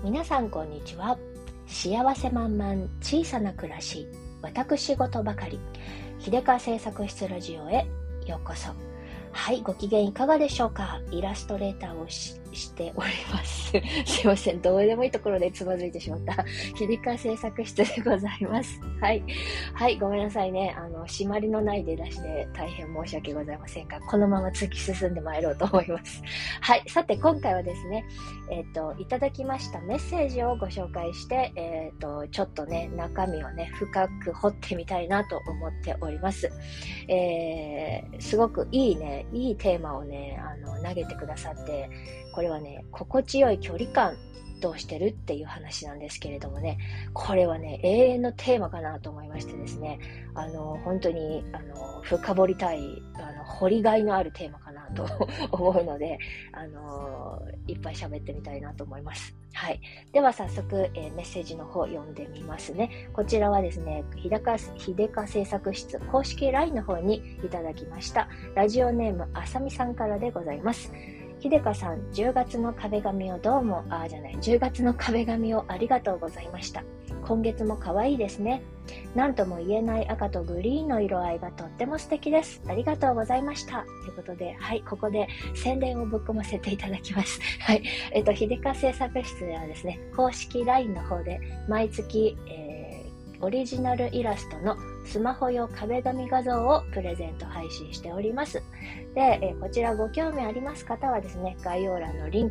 皆さんこんにちは。幸せ満々小さな暮らし、私事ばかり、秀川製作室ラジオへようこそ。はい、ご機嫌いかがでしょうか。イラストレーターをしております。すいません、どうでもいいところでつまずいてしまった。秀川製作室でございます。はい、ごめんなさいね。締まりのない出だしで大変申し訳ございませんが、このまま突き進んでまいろうと思います。はい、さて今回はですね、いただきましたメッセージをご紹介して、ちょっとね、中身をね、深く掘ってみたいなと思っております。すごくいいテーマをね、投げてくださって、これはね、心地よい距離感どうしてるっていう話なんですけれどもね、これはね、永遠のテーマかなと思いましてですね、本当に、深掘りたい、掘りがいのあるテーマかなと思うので、いっぱい喋ってみたいなと思います。はい。では早速、メッセージの方読んでみますね。こちらはですね、秀川製作室公式 LINE の方にいただきました。ラジオネームあさみさんからでございます。秀香さん、10月の壁紙を10月の壁紙をありがとうございました。今月も可愛いですね。なんとも言えない赤とグリーンの色合いがとっても素敵です。ありがとうございました。ということで、はい、ここで宣伝をぶっ込ませていただきます。はい、秀香製作室ではですね、公式 LINE の方で毎月、オリジナルイラストのスマホ用壁紙画像をプレゼント配信しております。で、こちらご興味あります方はですね、概要欄にリ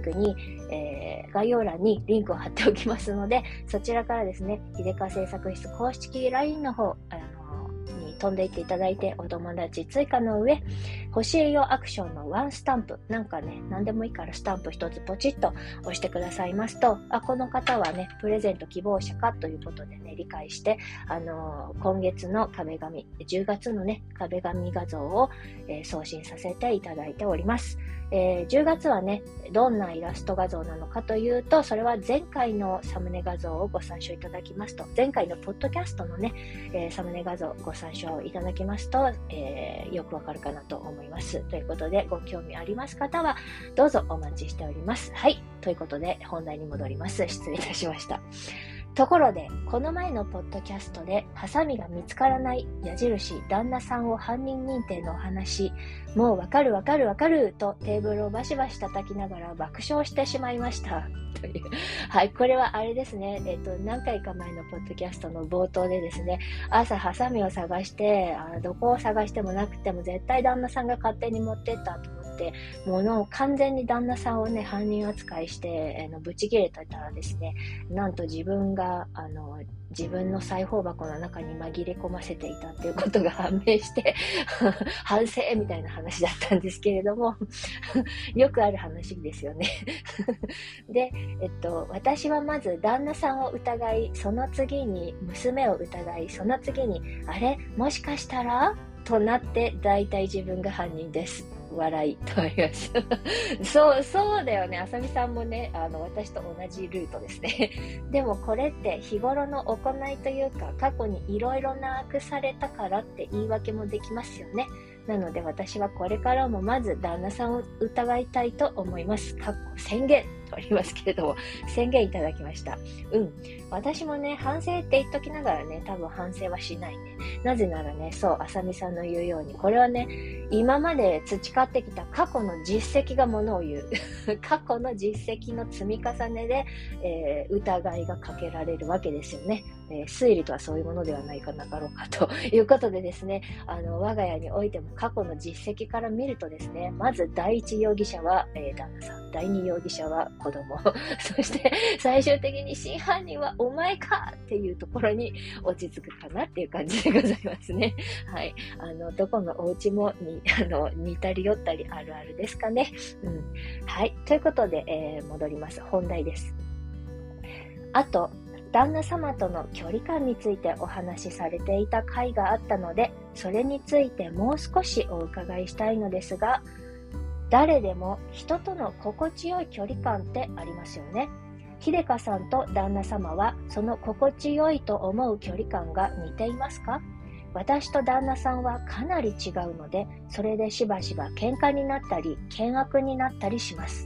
ンクを貼っておきますので、そちらからですね、秀川製作室公式 LINE の方、に飛んでいっていただいて、お友達追加の上、欲しいよアクションのワンスタンプ、なんかね、何でもいいからスタンプ一つポチッと押してくださいますと、この方はね、プレゼント希望者かということでね、理解して、今月の壁紙、10月のね、壁紙画像を、送信させていただいております。10月はね、どんなイラスト画像なのかというと、それは前回のサムネ画像をご参照いただきますと、前回のポッドキャストのね、サムネ画像をご参照いただきますと、よくわかるかなと思います。ということで、ご興味あります方は、どうぞお待ちしております。はい。ということで、本題に戻ります。失礼いたしました。ところで、この前のポッドキャストで、ハサミが見つからない矢印、旦那さんを犯人認定のお話、もうわかるとテーブルをバシバシ叩きながら爆笑してしまいました。という。はい、これはあれですね、何回か前のポッドキャストの冒頭でですね、朝ハサミを探して、どこを探してもなくても絶対旦那さんが勝手に持ってったと思って、もう完全に旦那さんをね、犯人扱いして、ブチ切れてたらですね、なんと自分が自分の裁縫箱の中に紛れ込ませていたっていうことが判明して反省みたいな話だったんですけれどもよくある話ですよねで、私はまず旦那さんを疑い、その次に娘を疑い、その次にあれもしかしたらとなって、大体自分が犯人です。笑いとありますそうだよね。あさみさんもね、私と同じルートですねでもこれって日頃の行いというか、過去にいろいろなくされたからって言い訳もできますよね。なので私はこれからもまず旦那さんを疑いたいと思います。宣言とありますけれども、宣言いただきました。私もね、反省って言っときながらね、多分反省はしないね。なぜならね、そう、あさみさんの言うように、これはね、今まで培ってきた過去の実績がものを言う。過去の実績の積み重ねで、疑いがかけられるわけですよね。推理とはそういうものではないかなかろうかということでですね、我が家においても過去の実績から見るとですね、まず第一容疑者は、旦那さん、第二容疑者は子供、そして最終的に真犯人はお前かっていうところに落ち着くかなっていう感じでございますね。はい。どこのお家も似たり寄ったりあるあるですかね。はい。ということで、戻ります。本題です。あと、旦那様との距離感についてお話しされていた回があったので、それについてもう少しお伺いしたいのですが、誰でも人との心地よい距離感ってありますよね。秀香さんと旦那様はその心地よいと思う距離感が似ていますか？私と旦那さんはかなり違うので、それでしばしば喧嘩になったり、険悪になったりします。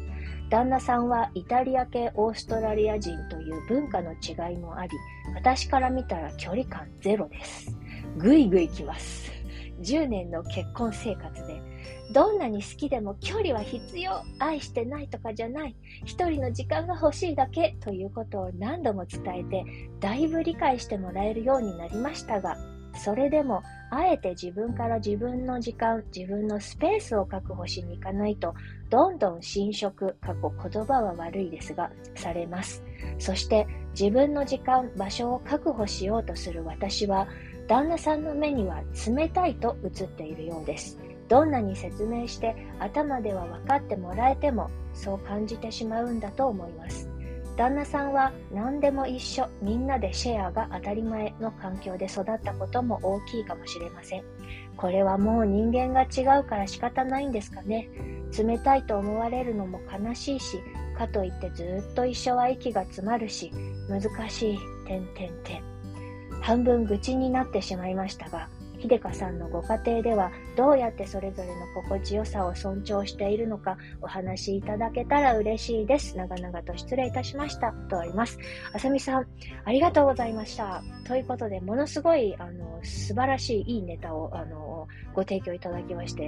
旦那さんはイタリア系オーストラリア人という文化の違いもあり、私から見たら距離感ゼロです。ぐいぐい来ます。10年の結婚生活で、どんなに好きでも距離は必要、愛してないとかじゃない、一人の時間が欲しいだけということを何度も伝えて、だいぶ理解してもらえるようになりましたが、それでもあえて自分から自分の時間、自分のスペースを確保しに行かないと、どんどん侵食、言葉は悪いですが、されます。そして自分の時間、場所を確保しようとする私は、旦那さんの目には冷たいと映っているようです。どんなに説明して頭では分かってもらえても、そう感じてしまうんだと思います。旦那さんは何でも一緒、みんなでシェアが当たり前の環境で育ったことも大きいかもしれません。これはもう人間が違うから仕方ないんですかね。冷たいと思われるのも悲しいし、かといってずっと一緒は息が詰まるし、難しい、半分愚痴になってしまいましたが、秀香さんのご家庭ではどうやってそれぞれの心地よさを尊重しているのかお話しいただけたら嬉しいです。長々と失礼いたしました。とあります。あさみさん、ありがとうございました。ということで、ものすごい素晴らしいいいネタをご提供いただきまして、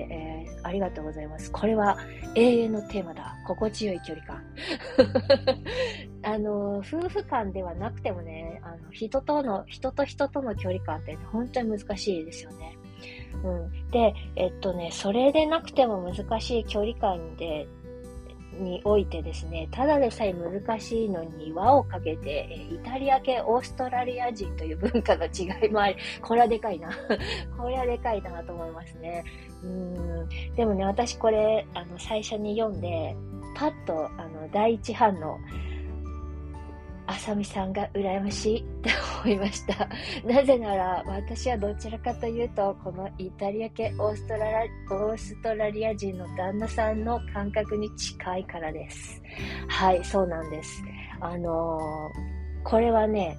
ありがとうございます。これは永遠のテーマだ。心地よい距離感。夫婦間ではなくてもね、人と人との距離感って本当に難しいですよね。で、それでなくても難しい距離感においてですね、ただでさえ難しいのに輪をかけて、イタリア系オーストラリア人という文化の違いもあり、これはでかいな。これはでかいなと思いますね。でもね、私これ、最初に読んで、パッと、第一反応、あさみさんが羨ましいって思いました。なぜなら私はどちらかというとこのイタリア系オーストラリア人の旦那さんの感覚に近いからです。はい、そうなんです。これはね、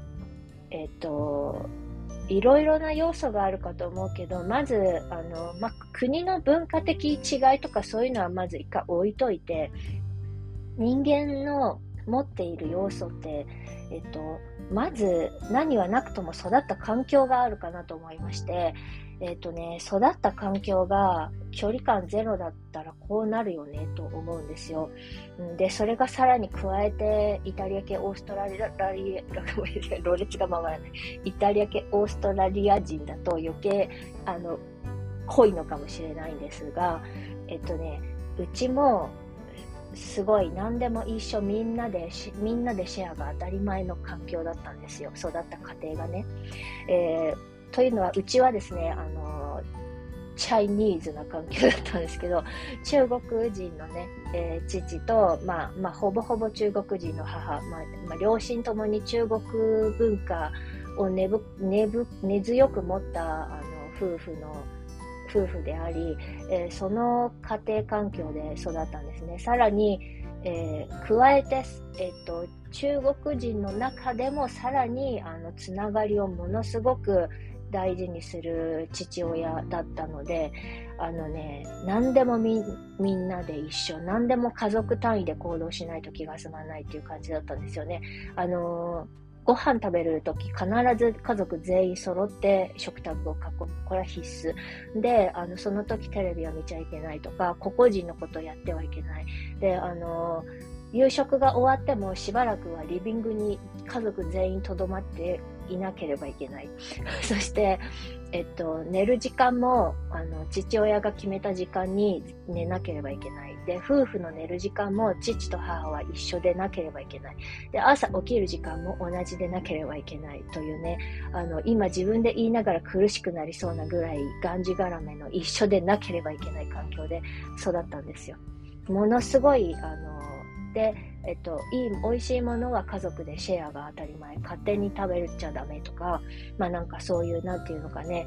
いろいろな要素があるかと思うけど、まず国の文化的違いとかそういうのはまず一回置いといて、人間の持っている要素って、まず何はなくとも育った環境があるかなと思いまして、育った環境が距離感ゼロだったらこうなるよねと思うんですよ。で、それがさらに加えて、イタリア系オーストラリア、ろれつが回らない。イタリア系オーストラリア人だと余計、濃いのかもしれないんですが、うちも、すごい何でも一緒みんなでシェアが当たり前の環境だったんですよ。育った家庭がね。というのはうちはですね、チャイニーズな環境だったんですけど、中国人のね、父と、ほぼほぼ中国人の母、両親ともに中国文化を根強く持った夫婦であり、その家庭環境で育ったんですね。さらに、加えて、中国人の中でもさらにつながりをものすごく大事にする父親だったので、何でもみんなで一緒、何でも家族単位で行動しないと気が済まないっていう感じだったんですよね。ご飯食べるとき必ず家族全員揃って食卓を囲む。これは必須。で、その時テレビは見ちゃいけないとか、個々人のことをやってはいけない。で、夕食が終わってもしばらくはリビングに家族全員留まっていなければいけない。そして、寝る時間も、父親が決めた時間に寝なければいけない。で、夫婦の寝る時間も父と母は一緒でなければいけない。で、朝起きる時間も同じでなければいけないというね、今自分で言いながら苦しくなりそうなぐらいがんじがらめの一緒でなければいけない環境で育ったんですよ。ものすごい、で、美味しいものは家族でシェアが当たり前。勝手に食べちゃダメとか、なんかそういう、なんていうのかね、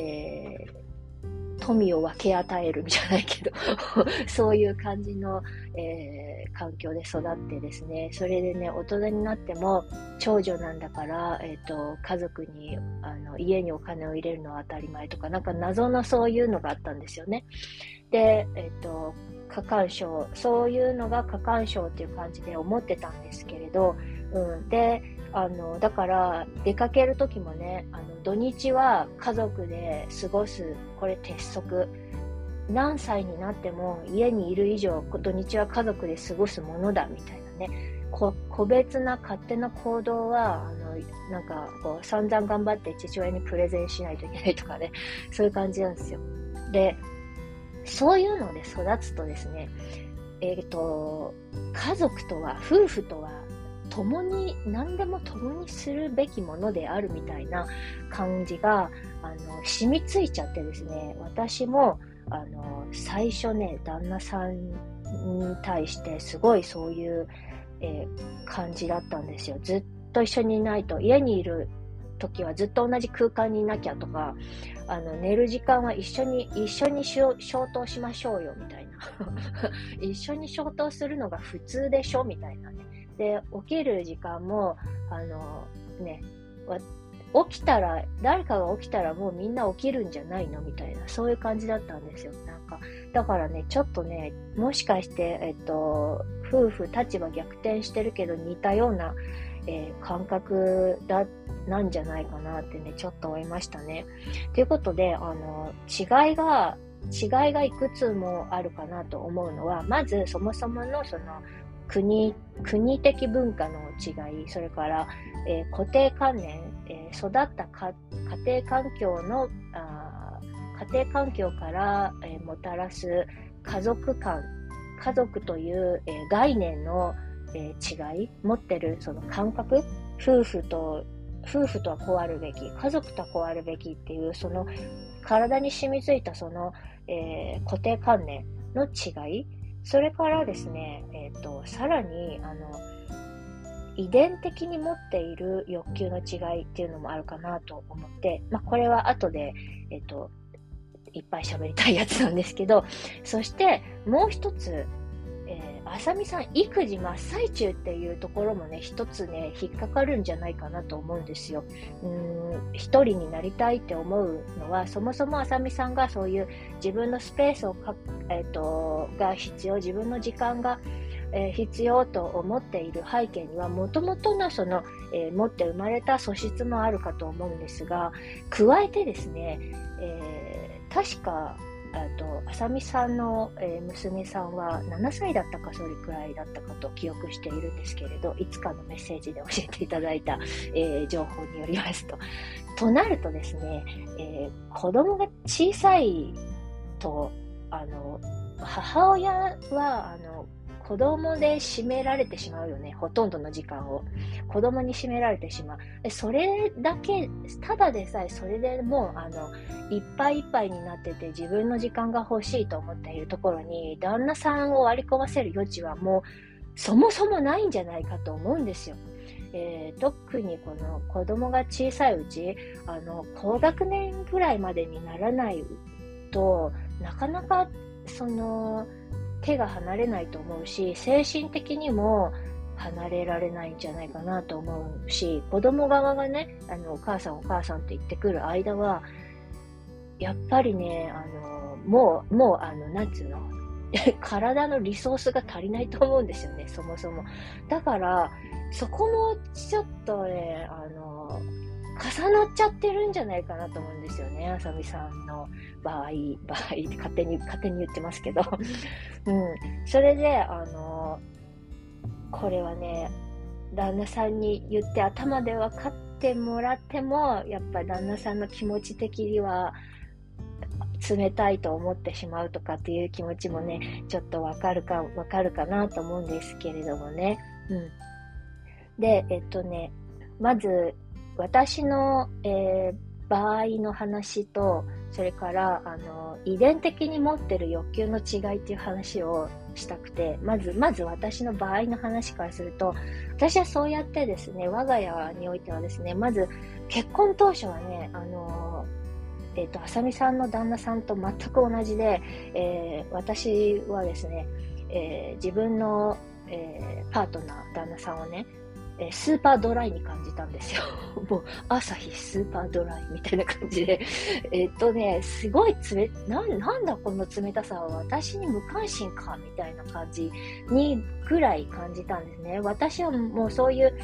富を分け与えるじゃないけど、そういう感じの、環境で育ってですね、それでね、大人になっても、長女なんだから、家族に、家にお金を入れるのは当たり前とか、なんか謎のそういうのがあったんですよね。で、 過干渉、そういうのが過干渉っていう感じで思ってたんですけれど、で、だから出かける時もね、土日は家族で過ごす、これ鉄則。何歳になっても家にいる以上、土日は家族で過ごすものだみたいなね。個別な勝手な行動は、なんかこう散々頑張って父親にプレゼンしないといけないとかね、そういう感じなんですよ。で、そういうので育つとですね、家族とは、夫婦とは、共に、何でも共にするべきものであるみたいな感じが、染みついちゃってですね、私も、最初ね、旦那さんに対してすごいそういう、感じだったんですよ。ずっと一緒にいないと、家にいる時はずっと同じ空間にいなきゃとか、寝る時間は一緒に消灯しましょうよみたいな一緒に消灯するのが普通でしょみたいなね。で、起きる時間も起きたら、誰かが起きたらもうみんな起きるんじゃないのみたいな、そういう感じだったんですよ。なんか、だからね、ちょっとね、もしかして、夫婦立場逆転してるけど似たような、感覚なんじゃないかなってね、ちょっと思いましたね。ということで、違いがいくつもあるかなと思うのは、まずそもそものその国的文化の違い、それから、固定観念、育った家庭環境から、もたらす家族という、概念の、違い、持ってるその感覚、夫婦とはこうあるべき、家族とはこうあるべきっていう、その体に染みついたその、固定観念の違い、それからですね、さらに、遺伝的に持っている欲求の違いっていうのもあるかなと思って、これは後で、いっぱい喋りたいやつなんですけど、そしてもう一つ、あさみさん育児真っ最中っていうところもね、一つね、引っかかるんじゃないかなと思うんですよ。一人になりたいって思うのは、そもそもあさみさんがそういう自分のスペースをが必要、自分の時間が必要と思っている背景には、もともとのその、持って生まれた素質もあるかと思うんですが、加えてですね、確か、あさみさんの、娘さんは7歳だったかそれくらいだったかと記憶しているんですけれど、いつかのメッセージで教えていただいた、情報によりますとなるとですね、子供が小さいと、母親は子供で占められてしまうよね。ほとんどの時間を子供に占められてしまう。それだけ、ただでさえそれでもういっぱいいっぱいになってて、自分の時間が欲しいと思っているところに旦那さんを割り込ませる余地はもうそもそもないんじゃないかと思うんですよ。特にこの子供が小さいうち、高学年ぐらいまでにならないとなかなかその手が離れないと思うし、精神的にも離れられないんじゃないかなと思うし、子供側がね、お母さんって言ってくる間は、やっぱりね、もう、なんつうの、体のリソースが足りないと思うんですよね、そもそも。だから、そこもちょっとね、重なっちゃってるんじゃないかなと思うんですよね、あさみさんの場合って勝手に言ってますけど。それで、これはね、旦那さんに言って頭で分かってもらっても、やっぱ旦那さんの気持ち的には冷たいと思ってしまうとかっていう気持ちもね、ちょっと分かるかなと思うんですけれどもね。で、まず、私の、場合の話と、それから、遺伝的に持ってる欲求の違いっていう話をしたくて、まず私の場合の話からすると、私はそうやってですね、我が家においてはですね、まず、結婚当初はね、あさみさんの旦那さんと全く同じで、私はですね、自分の、パートナー、旦那さんをね、 スーパードライに感じたんですよ。もう朝日スーパードライみたいな感じで。すごいなんだこの冷たさは私に無関心かみたいな感じにぐらい感じたんですね。私はもうそういう、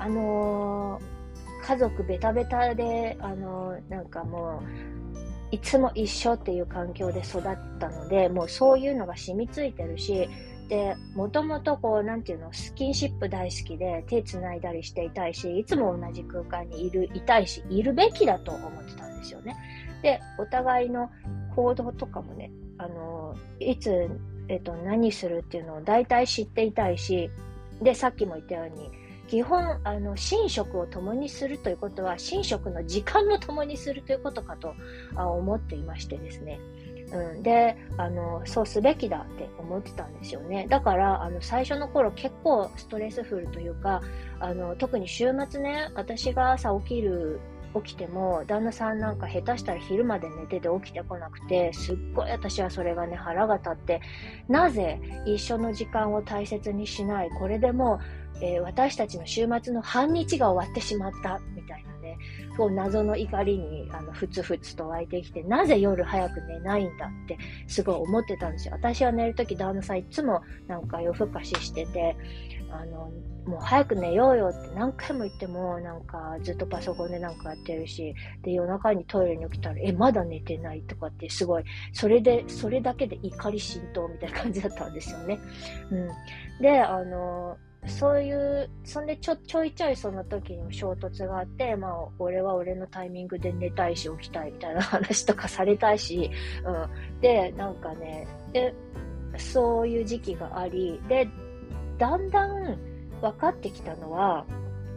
家族ベタベタで、なんかもう、いつも一緒っていう環境で育ったので、もうそういうのが染みついてるし、で、もともとこう、なんていうの、スキンシップ大好きで手繋いだりしていたいし、いつも同じ空間にいたいし、いるべきだと思ってたんですよね。で、お互いの行動とかもね、いつ、何するっていうのを大体知っていたいし、で、さっきも言ったように、基本、寝食を共にするということは、寝食の時間も共にするということかと思っていましてですね。で、そうすべきだって思ってたんですよね。だから、最初の頃結構ストレスフルというか、特に週末ね、私が朝起きても、旦那さんなんか下手したら昼まで寝てて起きてこなくて、すっごい私はそれがね、腹が立って、なぜ一緒の時間を大切にしない、これでもう、私たちの週末の半日が終わってしまった、みたいなね、こう謎の怒りにふつふつと湧いてきて、なぜ夜早く寝ないんだってすごい思ってたんですよ。私は寝るとき旦那さんいつもなんか夜更かししてて、もう早く寝ようよって何回も言ってもなんかずっとパソコンでなんかやってるし、で夜中にトイレに起きたらまだ寝てないとかってすごいそれだけで怒り心頭みたいな感じだったんですよね。でそんでちょいちょいその時にも衝突があって、まあ、俺は俺のタイミングで寝たいし起きたいみたいな話とかされたいし、で、なんかね、そういう時期があり、で、だんだん分かってきたのは、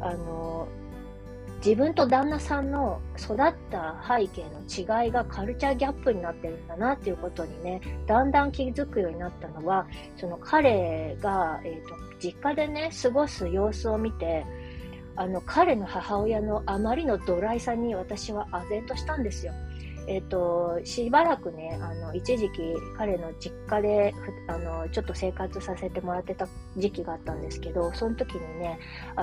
自分と旦那さんの育った背景の違いがカルチャーギャップになってるんだなっていうことにね、だんだん気づくようになったのは、その彼が、実家でね、過ごす様子を見て、彼の母親のあまりのドライさに私は唖然としたんですよ。しばらくね、一時期彼の実家で、ちょっと生活させてもらってた時期があったんですけど、その時にね、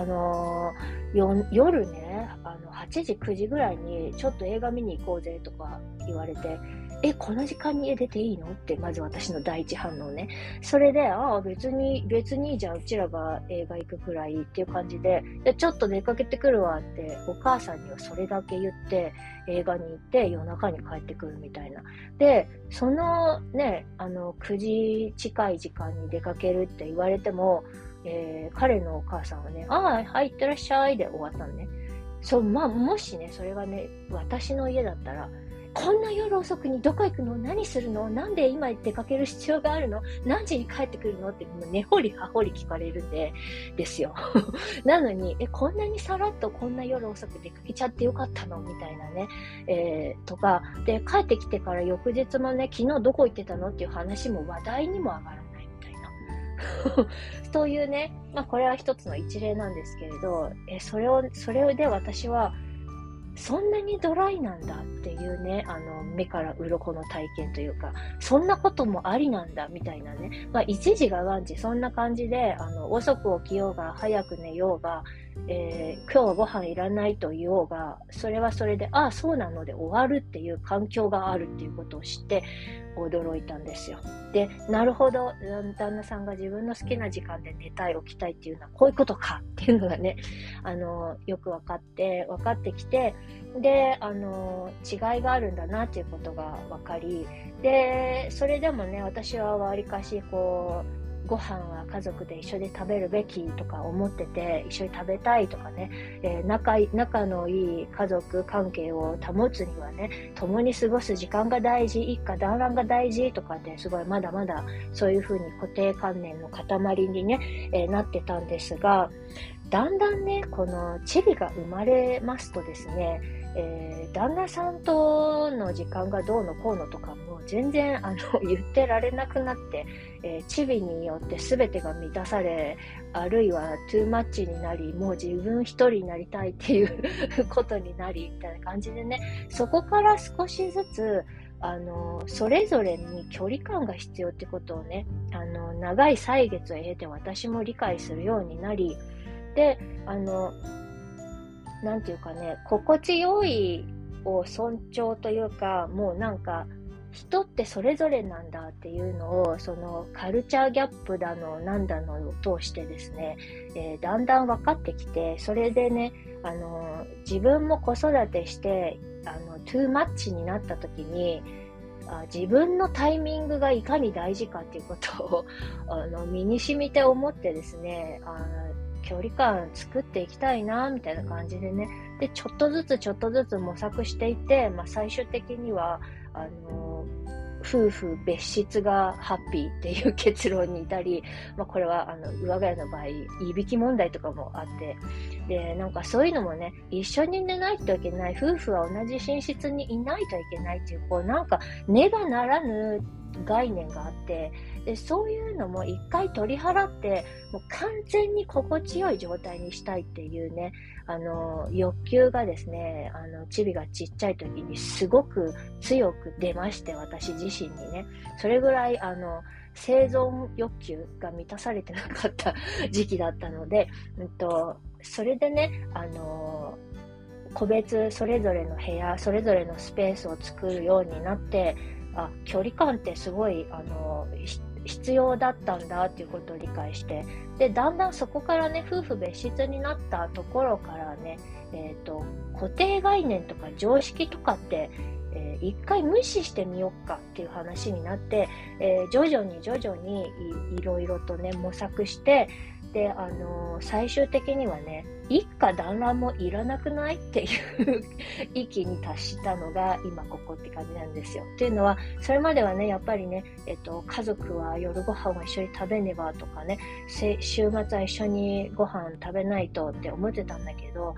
夜ね、8時、9時ぐらいに、ちょっと映画見に行こうぜとか言われて、この時間に家出ていいのって、まず私の第一反応ね。それで、別にじゃあうちらが映画行くくらいっていう感じで、ちょっと出かけてくるわって、お母さんにはそれだけ言って、映画に行って夜中に帰ってくるみたいな。で、そのね、9時近い時間に出かけるって言われても、彼のお母さんはね、はい、行ってらっしゃいで終わったのね。そう、まあ、もしね、それがね、私の家だったら、こんな夜遅くにどこ行くの？何するの？なんで今出かける必要があるの？何時に帰ってくるの？って根掘り葉掘り聞かれるんですよ。なのに、こんなにさらっとこんな夜遅く出かけちゃってよかったの？みたいなね。とか、で、帰ってきてから翌日もね、昨日どこ行ってたの？っていう話も話題にも上がらないみたいな。そういうね、まあこれは一つの一例なんですけれど、それで私は、そんなにドライなんだっていうね、目から鱗の体験というか、そんなこともありなんだみたいなね。まあ、一時が万事、そんな感じで、遅く起きようが、早く寝ようが、今日はご飯いらないと言おうが、それはそれで、そうなので終わるっていう環境があるっていうことを知って、驚いたんですよ。で、なるほど、旦那さんが自分の好きな時間で寝たい、起きたいっていうのはこういうことかっていうのがね、よく分かってきて、で、違いがあるんだなっていうことが分かり、で、それでもね、私はわりかし、ご飯は家族で一緒で食べるべきとか思ってて、一緒に食べたいとかね、仲のいい家族関係を保つにはね、共に過ごす時間が大事、一家団らんが大事とかってすごいまだまだそういうふうに固定観念の塊にね、なってたんですが、だんだんね、このチビが生まれますとですね、旦那さんとの時間がどうのこうのとかも全然言ってられなくなって、チビによって全てが満たされ、あるいはトゥーマッチになり、もう自分一人になりたいっていうことになりみたいな感じでね、そこから少しずつそれぞれに距離感が必要ってことをね、長い歳月を経て私も理解するようになり、 で、なんていうかね、心地よいを尊重というか、もうなんか、人ってそれぞれなんだっていうのを、そのカルチャーギャップだの、なんだのを通してですね、だんだん分かってきて、それでね、自分も子育てして、トゥーマッチになった時に、自分のタイミングがいかに大事かっていうことを身に染みて思ってですね、距離感作っていきたいなみたいな感じでね、でちょっとずつ模索していて、最終的には夫婦別室がハッピーっていう結論に至り、これは我が家の場合いびき問題とかもあって、でなんかそういうのもね、一緒に寝ないといけない、夫婦は同じ寝室にいないといけないっていう、こうなんかねばならぬ概念があって、でそういうのも一回取り払って、もう完全に心地よい状態にしたいっていうね、欲求がですね、チビがちっちゃい時にすごく強く出まして、私自身にね、それぐらい生存欲求が満たされてなかった時期だったので、それでね、個別それぞれの部屋、それぞれのスペースを作るようになって、距離感ってすごい必要だったんだっていうことを理解して、でだんだんそこからね、夫婦別室になったところからね、固定概念とか常識とかって、一回無視してみようかっていう話になって、徐々にいろいろとね模索して、で最終的にはね、一家団らんもいらなくないっていう域に達したのが今ここって感じなんですよ。っていうのは、それまではね、やっぱりね、家族は夜ご飯を一緒に食べねばとかね、週末は一緒にご飯食べないとって思ってたんだけど、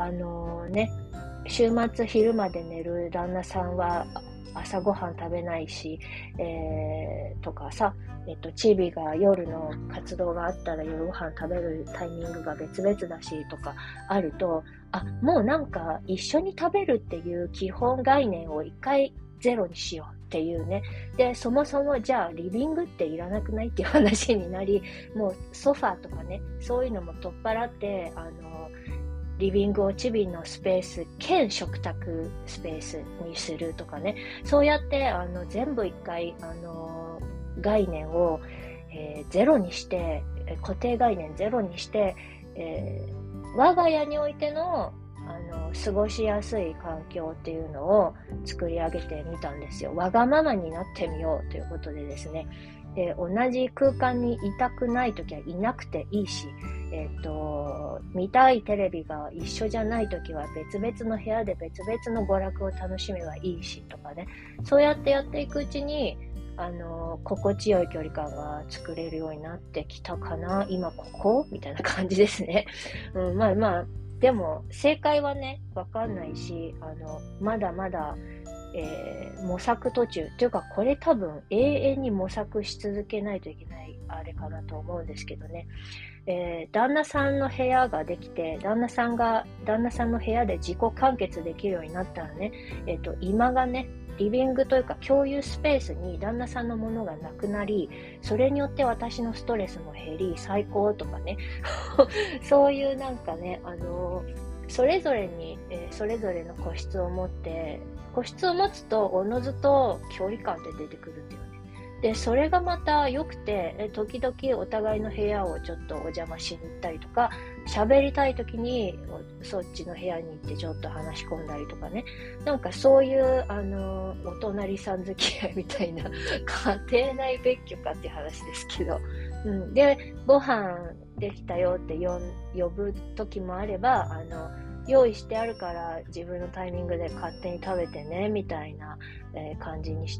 週末昼まで寝る旦那さんは朝ごはん食べないし、とかさ、チビが夜の活動があったら夜ご飯食べるタイミングが別々だしとかあると、もうなんか一緒に食べるっていう基本概念を一回ゼロにしようっていうね。で、そもそもじゃあリビングっていらなくないっていう話になり、もうソファーとかね、そういうのも取っ払って、リビングをチビのスペース兼食卓スペースにするとかね、そうやって全部一回概念を、ゼロにして、固定概念ゼロにして、我が家においての過ごしやすい環境っていうのを作り上げてみたんですよ。わがままになってみようということでですね、同じ空間にいたくないときはいなくていいし、見たいテレビが一緒じゃないときは別々の部屋で別々の娯楽を楽しめばいいしとかね、そうやってやっていくうちに心地よい距離感が作れるようになってきたかな、今ここみたいな感じですね。でも正解はねわかんないし、まだまだ、模索途中というか、これ多分永遠に模索し続けないといけないあれかなと思うんですけどね。旦那さんの部屋ができて、旦那さんの部屋で自己完結できるようになったらね、今がね、リビングというか共有スペースに旦那さんのものがなくなり、それによって私のストレスも減り最高とかねそういうなんかね、それぞれに、それぞれの個室を持つとおのずと距離感って出てくるっていうね。でそれがまた良くて、時々お互いの部屋をちょっとお邪魔しに行ったりとか、喋りたい時にそっちの部屋に行ってちょっと話し込んだりとかね、なんかそういうお隣さん付き合いみたいな家庭内別居かっていう話ですけど、でご飯できたよって呼ぶ時もあれば、用意してあるから自分のタイミングで勝手に食べてねみたいな、感じにして、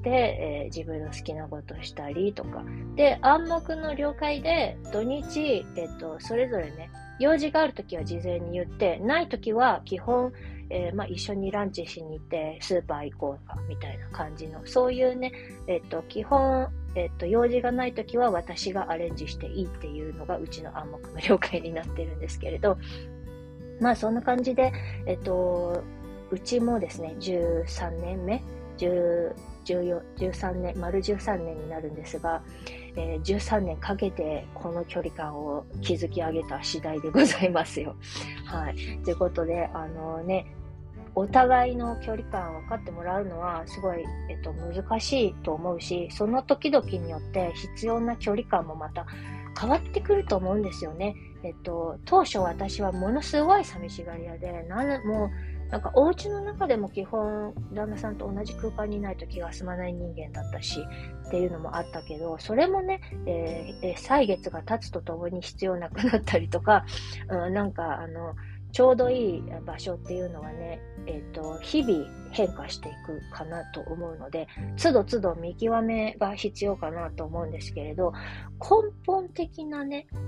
自分の好きなことをしたりとかで、暗黙の了解で土日、それぞれね、用事があるときは事前に言って、ないときは基本、一緒にランチしに行ってスーパー行こうかみたいな感じの、そういうね、基本、用事がないときは私がアレンジしていいっていうのがうちの暗黙の了解になってるんですけれど、そんな感じで、うちもですね、13年目、13年、丸13年になるんですが、 13年かけてこの距離感を築き上げた次第でございますよ。はい。ということで、お互いの距離感を分かってもらうのはすごい、難しいと思うし、その時々によって必要な距離感もまた変わってくると思うんですよね。当初私はものすごい寂しがり屋で、もうなんかお家の中でも基本旦那さんと同じ空間にいないと気が済まない人間だったしっていうのもあったけど、それもね、歳月が経つとともに必要なくなったりとか、ちょうどいい場所っていうのはね、日々変化していくかなと思うので、都度都度見極めが必要かなと思うんですけれど、根本的な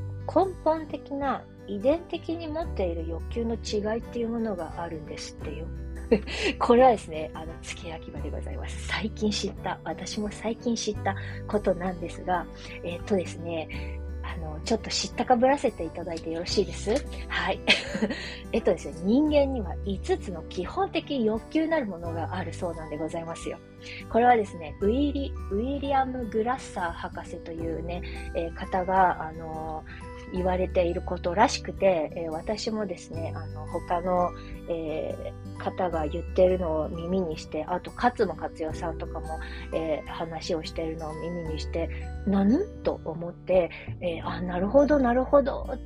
遺伝的に持っている欲求の違いっていうものがあるんですっていう。これはですね、付け焼き場でございます。私も最近知ったことなんですが、ですね、ちょっと知ったかぶらせていただいてよろしいです？はい。ですね、人間には5つの基本的欲求なるものがあるそうなんでございますよ。これはですね、ウィリアム・グラッサー博士というね、方が、言われていることらしくて、私もですね、他の、方が言ってるのを耳にして、あと勝間勝代さんとかも、話をしているのを耳にして、と思って、なるほどって、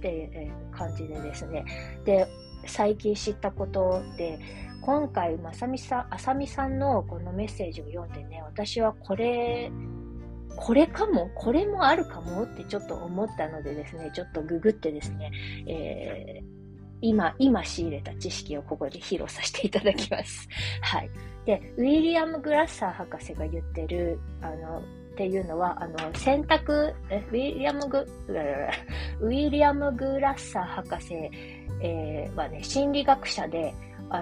感じでですね。で、最近知ったことで、今回、あさみさんのこのメッセージを読んでね、私はこれもあるかもってちょっと思ったのでですね、ちょっとググってですね、今仕入れた知識をここで披露させていただきます。はい。で、ウィリアム・グラッサー博士が言ってる、っていうのは、ウィリアム・グラッサー博士、はね、心理学者で、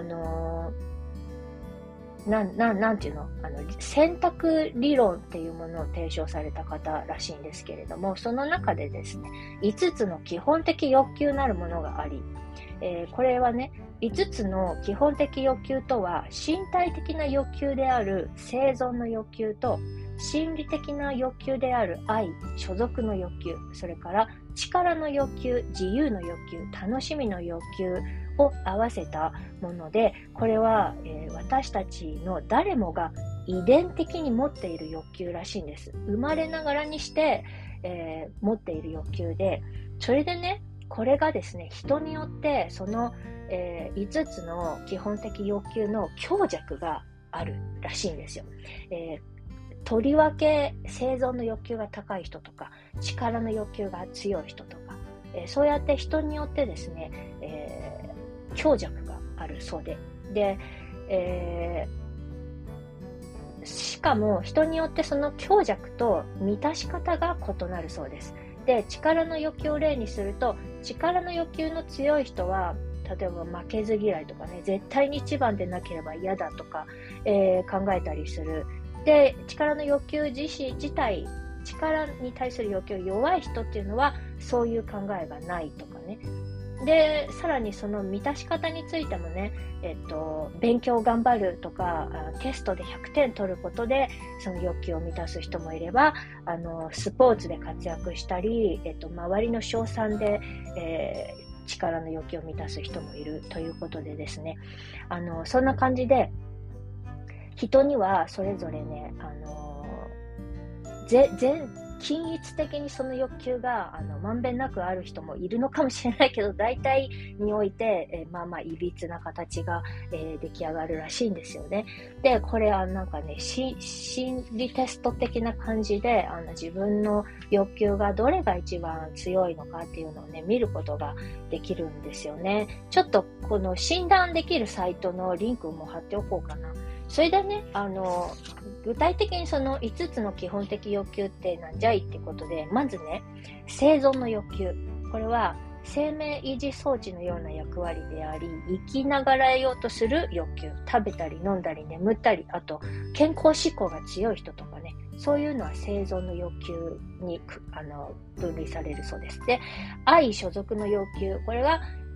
なんていうの？選択理論っていうものを提唱された方らしいんですけれども、その中でですね、5つの基本的欲求なるものがあり、これはね、5つの基本的欲求とは、身体的な欲求である生存の欲求と、心理的な欲求である愛、所属の欲求、それから力の欲求、自由の欲求、楽しみの欲求を合わせたもので、これは、私たちの誰もが遺伝的に持っている欲求らしいんです。生まれながらにして、持っている欲求で、それでね、これがですね、人によってその、5つの基本的欲求の強弱があるらしいんですよ。とりわけ生存の欲求が高い人とか、力の欲求が強い人とか、そうやって人によってですね、強弱があるそうで、しかも人によってその強弱と満たし方が異なるそうです。で、力の欲求を例にすると、力の欲求の強い人は、例えば負けず嫌いとかね、絶対に一番でなければ嫌だとか、考えたりする。で、力の欲求自体、力に対する欲求が弱い人っていうのは、そういう考えがないとかね。で、さらにその満たし方についてもね、勉強頑張るとか、テストで100点取ることで、その欲求を満たす人もいれば、スポーツで活躍したり、周りの称賛で、力の欲求を満たす人もいるということでですね、そんな感じで、人にはそれぞれね、均一的にその欲求がまんべんなくある人もいるのかもしれないけど、大体において、いびつな形が、出来上がるらしいんですよね。で、これはなんかね、心理テスト的な感じで、自分の欲求がどれが一番強いのかっていうのをね、見ることができるんですよね。ちょっとこの診断できるサイトのリンクも貼っておこうかな。それでね、具体的にその5つの基本的欲求ってなんじゃいってことで、まずね、生存の欲求。これは生命維持装置のような役割であり、生きながらえようとする欲求。食べたり飲んだり眠ったり、あと健康志向が強い人とかね、そういうのは生存の欲求に分類されるそうです。で、愛所属の欲求。これが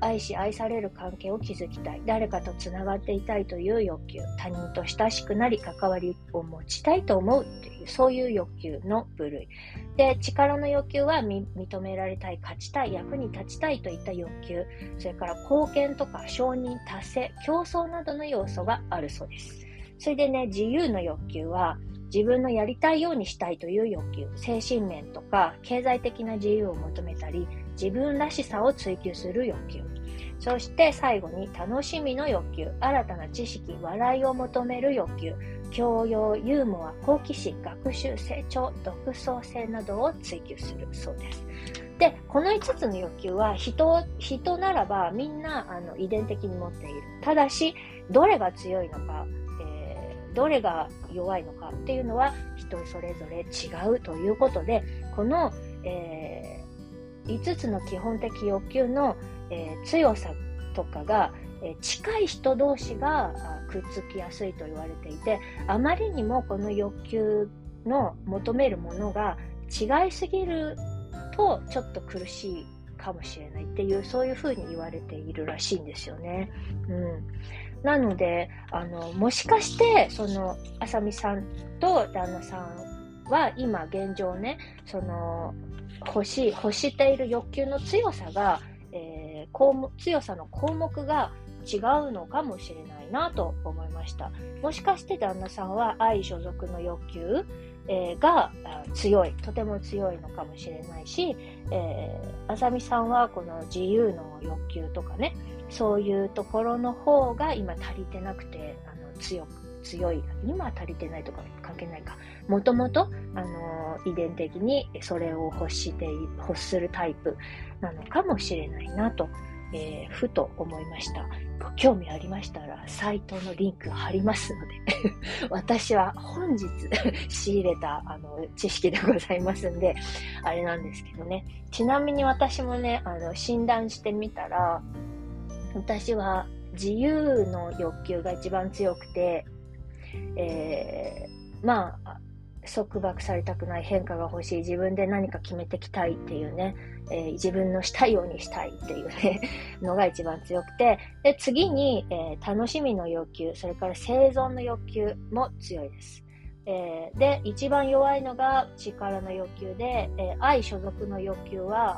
愛し愛される関係を築きたい。誰かとつながっていたいという欲求。他人と親しくなり関わりを持ちたいと思うという、そういう欲求の部類。で、力の欲求は認められたい、勝ちたい、役に立ちたいといった欲求。それから貢献とか承認、達成、競争などの要素があるそうです。それでね、自由の欲求は、自分のやりたいようにしたいという欲求、精神面とか経済的な自由を求めたり、自分らしさを追求する欲求。そして最後に楽しみの欲求、新たな知識、笑いを求める欲求、教養、ユーモア、好奇心、学習、成長、独創性などを追求するそうです。で、この5つの欲求は人ならばみんな遺伝的に持っている。ただし、どれが強いのか、どれが弱いのかっていうのは人それぞれ違うということで、この、5つの基本的欲求の、強さとかが、近い人同士がくっつきやすいと言われていて、あまりにもこの欲求の求めるものが違いすぎるとちょっと苦しいかもしれないっていう、そういうふうに言われているらしいんですよね。なので、もしかして、あさみさんと旦那さんは今現状ね、欲している欲求の強さが、強さの項目が違うのかもしれないなと思いました。もしかして旦那さんは愛所属の欲求、がとても強いのかもしれないし、あさみさんはこの自由の欲求とかね、そういうところの方が今足りてなくて強い、今足りてないとか関係ないか、もともと遺伝的にそれを欲するタイプなのかもしれないなと、ふと思いました。興味ありましたらサイトのリンク貼りますので私は本日仕入れた知識でございますんであれなんですけどね。ちなみに私もね診断してみたら、私は自由の欲求が一番強くて、束縛されたくない、変化が欲しい、自分で何か決めてきたいっていうね、自分のしたいようにしたいっていうねのが一番強くて、で次に、楽しみの欲求、それから生存の欲求も強いです。で一番弱いのが力の欲求で、愛所属の欲求は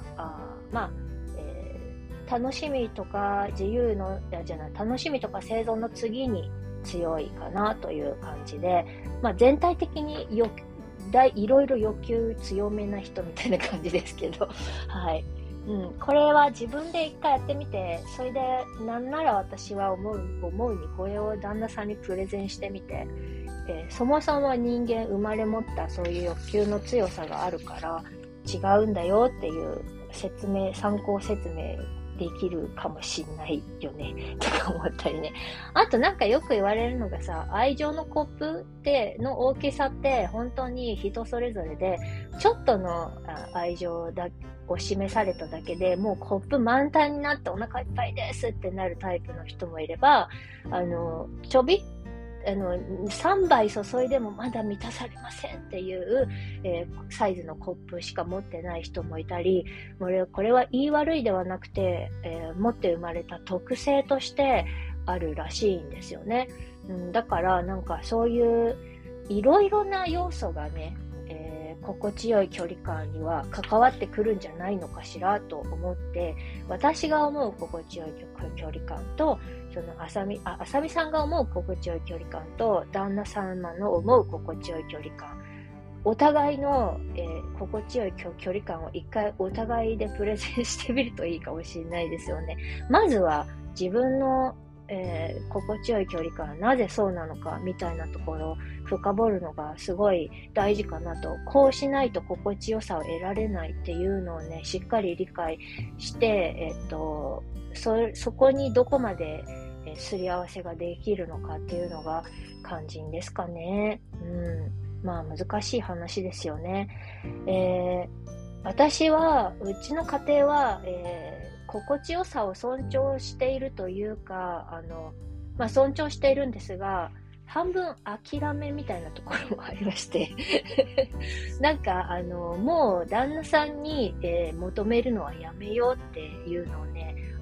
楽しみとか楽しみとか生存の次に強いかなという感じで、全体的にいろいろ欲求強めな人みたいな感じですけどはい、これは自分で一回やってみて、それでなんなら私は思うにこれを旦那さんにプレゼンしてみて、そもそも人間生まれ持ったそういう欲求の強さがあるから違うんだよっていう参考説明できるかもしんないよねとか思ったりね。あとなんかよく言われるのがさ、愛情のコップの大きさって本当に人それぞれで、ちょっとの愛情を示されただけでもうコップ満タンになってお腹いっぱいですってなるタイプの人もいれば、ちょびっ3杯注いでもまだ満たされませんっていう、サイズのコップしか持ってない人もいたり、これは言い悪いではなくて、持って生まれた特性としてあるらしいんですよね。だからなんかそういういろいろな要素がね、心地よい距離感には関わってくるんじゃないのかしらと思って、私が思う心地よい距離感と、あさみさんが思う心地よい距離感と、旦那様の思う心地よい距離感、お互いの、心地よい距離感を一回お互いでプレゼンしてみるといいかもしれないですよね。まずは自分の心地よい距離感、なぜそうなのかみたいなところを深掘るのがすごい大事かなと。こうしないと心地よさを得られないっていうのをね、しっかり理解して、そこにどこまですり合わせができるのかっていうのが肝心ですかね。難しい話ですよね。私は、うちの家庭は、心地よさを尊重しているというか、尊重しているんですが、半分諦めみたいなところもありましてなんかもう旦那さんに、求めるのはやめようっていうのをね、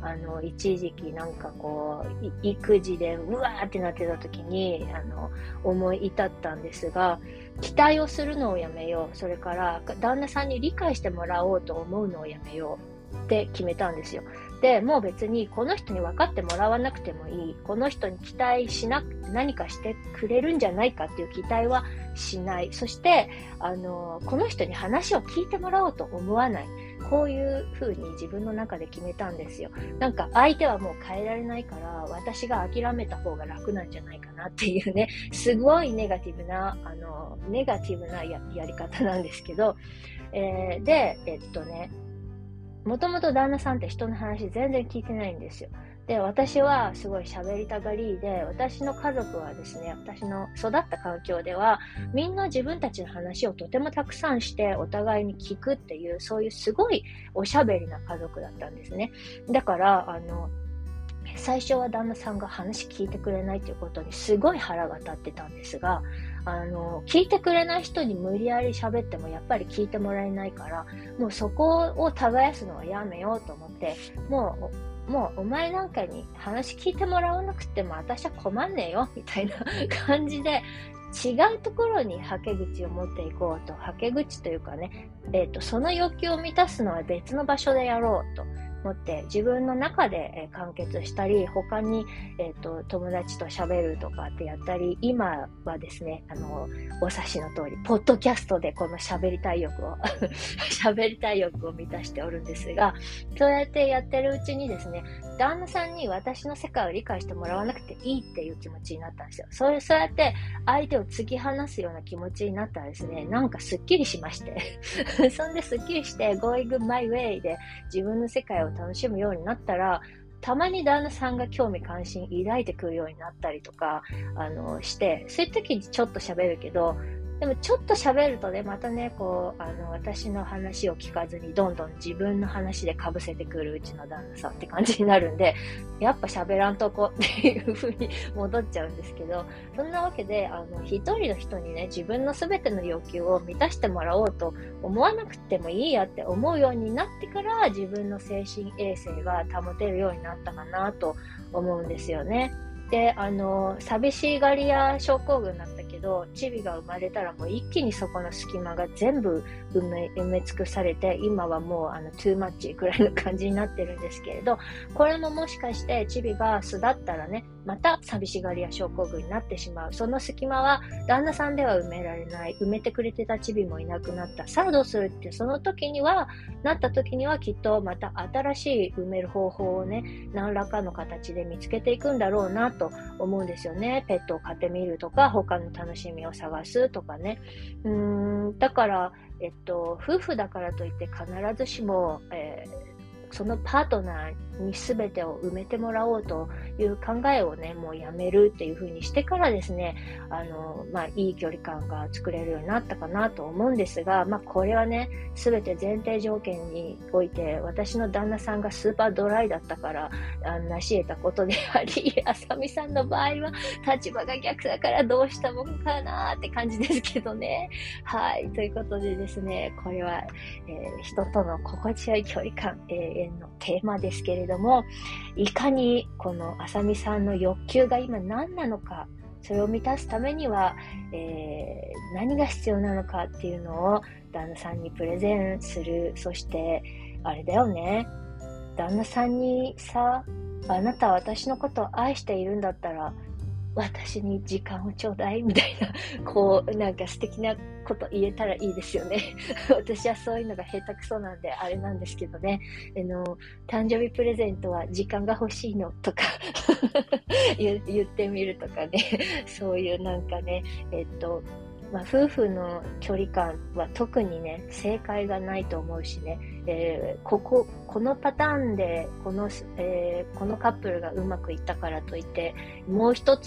一時期なんかこう、育児でうわーってなってた時に、思い至ったんですが、期待をするのをやめよう。それから、旦那さんに理解してもらおうと思うのをやめようって決めたんですよ。で、もう別にこの人に分かってもらわなくてもいい。この人に期待しなくて何かしてくれるんじゃないかっていう期待はしない。そして、この人に話を聞いてもらおうと思わない。こういう風に自分の中で決めたんですよ。なんか相手はもう変えられないから、私が諦めた方が楽なんじゃないかなっていうね、すごいネガティブなやり方なんですけど、で、もともと旦那さんって人の話全然聞いてないんですよ。で、私はすごい喋りたがりで、私の家族はですね、私の育った環境では、みんな自分たちの話をとてもたくさんしてお互いに聞くっていう、そういうすごいおしゃべりな家族だったんですね。だから、最初は旦那さんが話聞いてくれないということにすごい腹が立ってたんですが、聞いてくれない人に無理やり喋ってもやっぱり聞いてもらえないから、もうそこを耕すのはやめようと思って、もうお前なんかに話聞いてもらわなくても私は困んねえよみたいな感じで、違うところにはけ口を持っていこうと、はけ口というかね、その欲求を満たすのは別の場所でやろうと思って自分の中で完結したり、他に、友達と喋るとかってやったり、今はですね、お察しの通り、ポッドキャストでこの喋りたい欲を喋りたい欲を満たしておるんですが、そうやってやってるうちにですね、旦那さんに私の世界を理解してもらわなくていいっていう気持ちになったんですよ。そうやって相手を突き放すような気持ちになったらですね、なんかスッキリしましてそんでスッキリして Going my way で自分の世界を楽しむようになったら、たまに旦那さんが興味関心抱いてくるようになったりとかして、そういう時にちょっと喋るけど、でもちょっと喋るとね、またね、こう、私の話を聞かずにどんどん自分の話で被せてくるうちの旦那さんって感じになるんで、やっぱ喋らんとこっていう風に戻っちゃうんですけど、そんなわけで、一人の人にね、自分の全ての欲求を満たしてもらおうと思わなくてもいいやって思うようになってから、自分の精神衛生が保てるようになったかなと思うんですよね。で、寂しがり屋症候群だったけど、チビが生まれたらもう一気にそこの隙間が全部埋め尽くされて、今はもうトゥーマッチくらいの感じになってるんですけれど、これももしかしてチビが巣立ったらね、また寂しがり屋症候群になってしまう。その隙間は旦那さんでは埋められない。埋めてくれてたチビもいなくなった。さあどうするって、その時には、なった時にはきっとまた新しい埋める方法をね、何らかの形で見つけていくんだろうなと思うんですよね。ペットを飼ってみるとか、他の楽しみを探すとかね。だから、夫婦だからといって必ずしも、そのパートナーに全てを埋めてもらおうという考えをね、もうやめるっていう風にしてからですね、いい距離感が作れるようになったかなと思うんですが、これはね、全て前提条件において、私の旦那さんがスーパードライだったから、成し得たことであり、あさみさんの場合は立場が逆だからどうしたもんかなって感じですけどね。はい。ということでですね、これは、人との心地よい距離感、のテーマですけれども、いかにこのあさみさんの欲求が今何なのか、それを満たすためには、何が必要なのかっていうのを旦那さんにプレゼンする。そしてあれだよね、旦那さんにさ、あなたは私のことを愛しているんだったら私に時間をちょうだいみたいな、こう、なんか素敵なこと言えたらいいですよね。私はそういうのが下手くそなんで、あれなんですけどね。誕生日プレゼントは時間が欲しいのとか言ってみるとかね。そういうなんかね、夫婦の距離感は特にね、正解がないと思うしね、このパターンでこのカップルがうまくいったからといって、もう一つの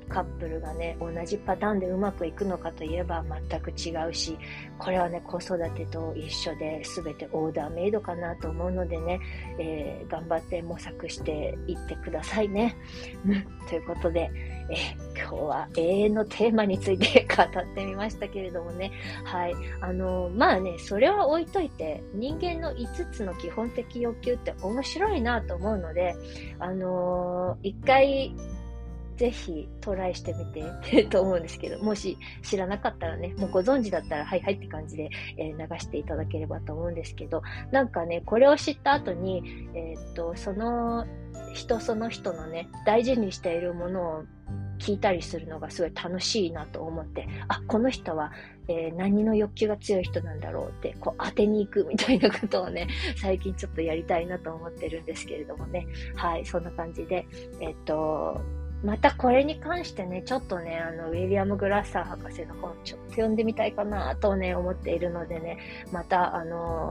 カップルがね、同じパターンでうまくいくのかといえば全く違うし、これはね、子育てと一緒で全てオーダーメイドかなと思うのでね、頑張って模索していってくださいね。ということで、今日は永遠のテーマについて語ってみましたけれどもね。はい。まあね、それは置いといて、人間の5つの基本的欲求って面白いなと思うので、一回、ぜひトライしてみてと思うんですけど、もし知らなかったらね、もうご存知だったらはいはいって感じで、流していただければと思うんですけど、なんかね、これを知った後に、その人のね、大事にしているものを聞いたりするのがすごい楽しいなと思って、あ、この人は、何の欲求が強い人なんだろうって、こう当てに行くみたいなことをね、最近ちょっとやりたいなと思ってるんですけれどもね。はい、そんな感じで、またこれに関してね、ちょっとね、ウィリアム・グラッサー博士の本、ちょっと読んでみたいかなとね、思っているのでね、また、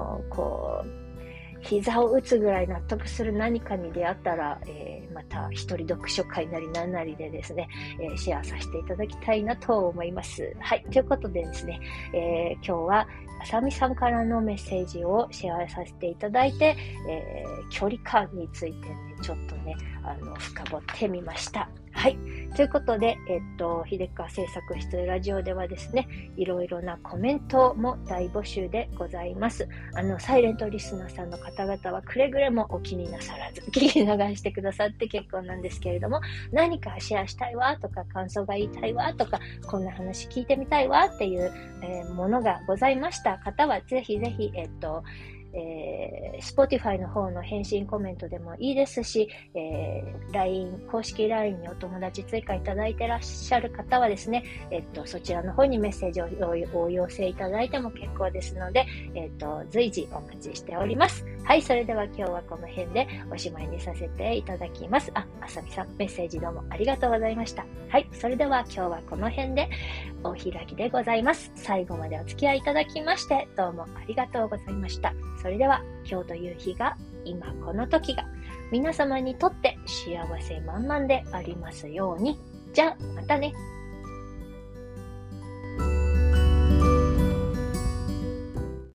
膝を打つぐらい納得する何かに出会ったら、また一人読書会なり何なりでですね、シェアさせていただきたいなと思います。はい、ということでですね、今日はあさみさんからのメッセージをシェアさせていただいて、距離感についてね、ちょっとね、深掘ってみました。はい。ということで、秀川製作室ラジオではですね、いろいろなコメントも大募集でございます。サイレントリスナーさんの方々はくれぐれもお気になさらず、聞き流してくださって結構なんですけれども、何かシェアしたいわとか、感想が言いたいわとか、こんな話聞いてみたいわっていう、ものがございました方は、ぜひぜひ、Spotify の方の返信コメントでもいいですし、LINE、公式 LINE にお友達追加いただいてらっしゃる方はですね、そちらの方にメッセージをお寄せいただいても結構ですので、随時お待ちしております。はい、それでは今日はこの辺でおしまいにさせていただきます。あさみさん、メッセージどうもありがとうございました。はい、それでは今日はこの辺でお開きでございます。最後までお付き合いいただきまして、どうもありがとうございました。それでは今日という日が、今この時が皆様にとって幸せ満々でありますように。じゃあまたね。